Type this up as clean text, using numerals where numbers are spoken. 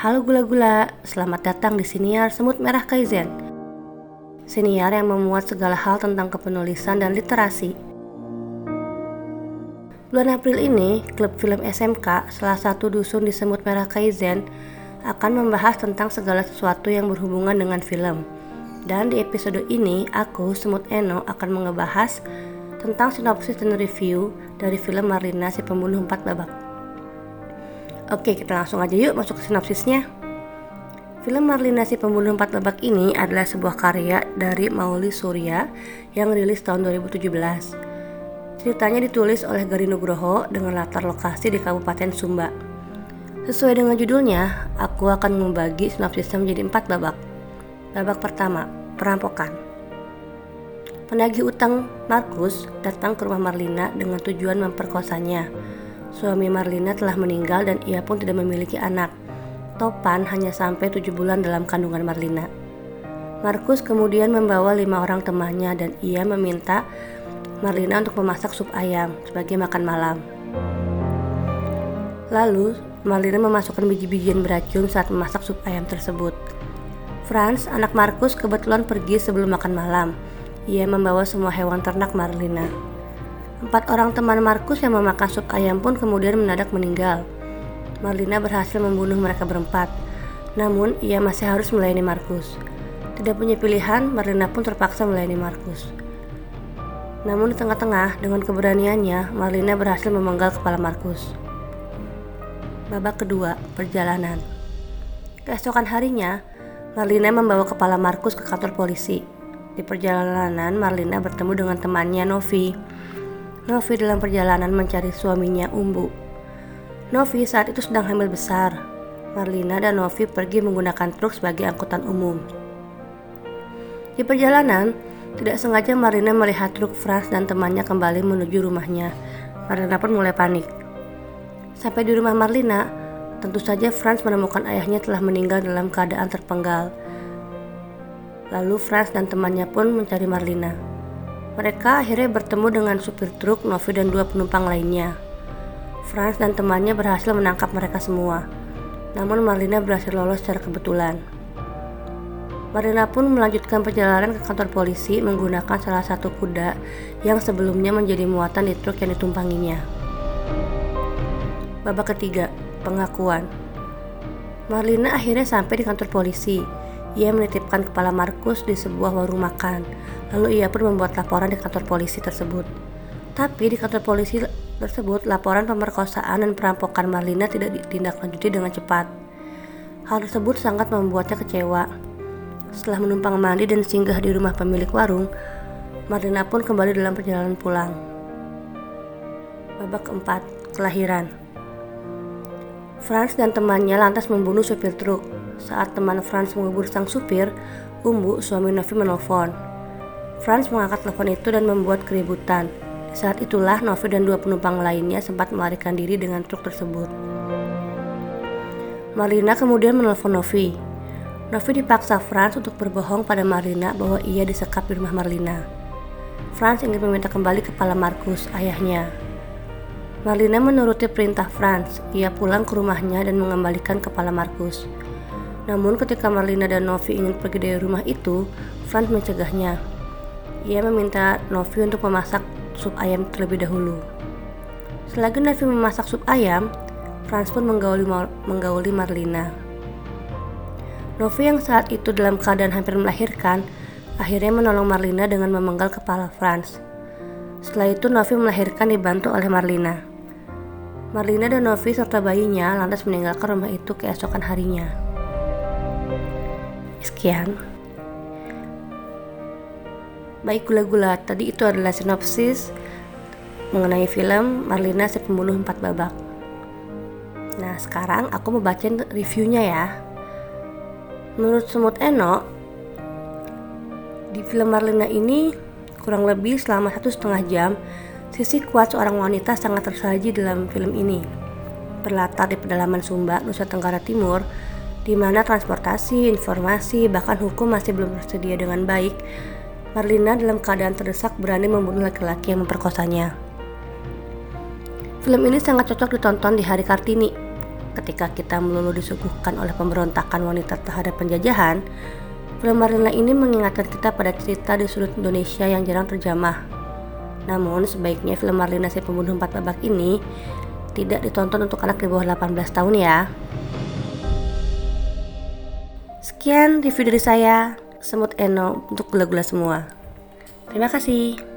Halo gula-gula, selamat datang di Siniar Semut Merah Kaizen. Siniar yang memuat segala hal tentang kepenulisan dan literasi. Bulan April ini, klub film SMK, salah satu dusun di Semut Merah Kaizen, akan membahas tentang segala sesuatu yang berhubungan dengan film. Dan di episode ini, aku, Semut Eno, akan ngebahas tentang sinopsis dan review dari film Marlina si Pembunuh 4 Babak. Oke, kita langsung aja yuk masuk ke sinopsisnya. Film Marlina si Pembunuh 4 Babak ini adalah sebuah karya dari Mauli Surya yang rilis tahun 2017. Ceritanya ditulis oleh Gari Nugroho dengan latar lokasi di Kabupaten Sumba. Sesuai dengan judulnya, aku akan membagi sinopsisnya menjadi 4 babak. Babak pertama, perampokan. Penagih utang Markus datang ke rumah Marlina dengan tujuan memperkosanya. Suami Marlina telah meninggal dan ia pun tidak memiliki anak. Topan hanya sampai 7 bulan dalam kandungan Marlina. Markus kemudian membawa 5 orang temannya dan ia meminta Marlina untuk memasak sup ayam sebagai makan malam. Lalu, Marlina memasukkan biji-bijian beracun saat memasak sup ayam tersebut. Franz, anak Markus, kebetulan pergi sebelum makan malam. Ia membawa semua hewan ternak Marlina. 4 orang teman Markus yang memakan sup ayam pun kemudian mendadak meninggal. Marlina berhasil membunuh mereka berempat, namun ia masih harus melayani Markus. Tidak punya pilihan, Marlina pun terpaksa melayani Markus. Namun di tengah-tengah, dengan keberaniannya, Marlina berhasil memenggal kepala Markus. Babak kedua, perjalanan. Keesokan harinya, Marlina membawa kepala Markus ke kantor polisi. Di perjalanan, Marlina bertemu dengan temannya Novi. Novi dalam perjalanan mencari suaminya Umbu. Novi saat itu sedang hamil besar. Marlina dan Novi pergi menggunakan truk sebagai angkutan umum. Di perjalanan, tidak sengaja Marlina melihat truk Franz dan temannya kembali menuju rumahnya. Marlina pun mulai panik. Sampai di rumah Marlina, tentu saja Franz menemukan ayahnya telah meninggal dalam keadaan terpenggal. Lalu Franz dan temannya pun mencari Marlina. Mereka akhirnya bertemu dengan supir truk, Novi dan 2 penumpang lainnya. Franz dan temannya berhasil menangkap mereka semua. Namun Marlina berhasil lolos secara kebetulan. Marlina pun melanjutkan perjalanan ke kantor polisi menggunakan salah satu kuda yang sebelumnya menjadi muatan di truk yang ditumpanginya. Babak ketiga, pengakuan. Marlina akhirnya sampai di kantor polisi. Ia menitipkan kepala Markus di sebuah warung makan. Lalu ia pun membuat laporan di kantor polisi tersebut. Tapi di kantor polisi tersebut, laporan pemerkosaan dan perampokan Marlina tidak ditindaklanjuti dengan cepat. Hal tersebut sangat membuatnya kecewa. Setelah menumpang mandi dan singgah di rumah pemilik warung, Marlina pun kembali dalam perjalanan pulang. Babak keempat, kelahiran. Franz dan temannya lantas membunuh supir truk. Saat teman Franz mengubur sang supir, Umbu, suami Novi, menelpon. Franz mengangkat telepon itu dan membuat keributan. Di saat itulah Novi dan 2 penumpang lainnya sempat melarikan diri dengan truk tersebut. Marlina kemudian menelpon Novi. Novi dipaksa Franz untuk berbohong pada Marlina bahwa ia disekap di rumah Marlina. Franz ingin meminta kembali kepala Markus, ayahnya. Marlina menuruti perintah Franz. Ia pulang ke rumahnya dan mengembalikan kepala Markus. Namun ketika Marlina dan Novi ingin pergi dari rumah itu, Franz mencegahnya. Ia meminta Novi untuk memasak sup ayam terlebih dahulu. Selagi Novi memasak sup ayam, Franz pun menggauli Marlina. Novi yang saat itu dalam keadaan hampir melahirkan, akhirnya menolong Marlina dengan memenggal kepala Franz. Setelah itu Novi melahirkan dibantu oleh Marlina. Marlina dan Novi serta bayinya lantas meninggalkan rumah itu keesokan harinya. Sekian. Baik gula-gula, tadi itu adalah sinopsis mengenai film Marlina si Pembunuh 4 Babak. Nah, sekarang aku mau bacain reviewnya ya. Menurut Semut Eno, di film Marlina ini kurang lebih selama 1,5 jam, sisi kuat seorang wanita sangat tersaji dalam film ini. Berlatar di pedalaman Sumba, Nusa Tenggara Timur, di mana transportasi, informasi, bahkan hukum masih belum tersedia dengan baik, Marlina dalam keadaan terdesak berani membunuh laki-laki yang memperkosanya. Film ini sangat cocok ditonton di hari Kartini. ketika kita melulu disuguhkan oleh pemberontakan wanita terhadap penjajahan, film Marlina ini mengingatkan kita pada cerita di sudut Indonesia yang jarang terjamah. Namun, sebaiknya film Marlina si pembunuh 4 babak ini tidak ditonton untuk anak di bawah 18 tahun ya. Sekian review dari saya, Semut Eno untuk gula-gula semua. Terima kasih.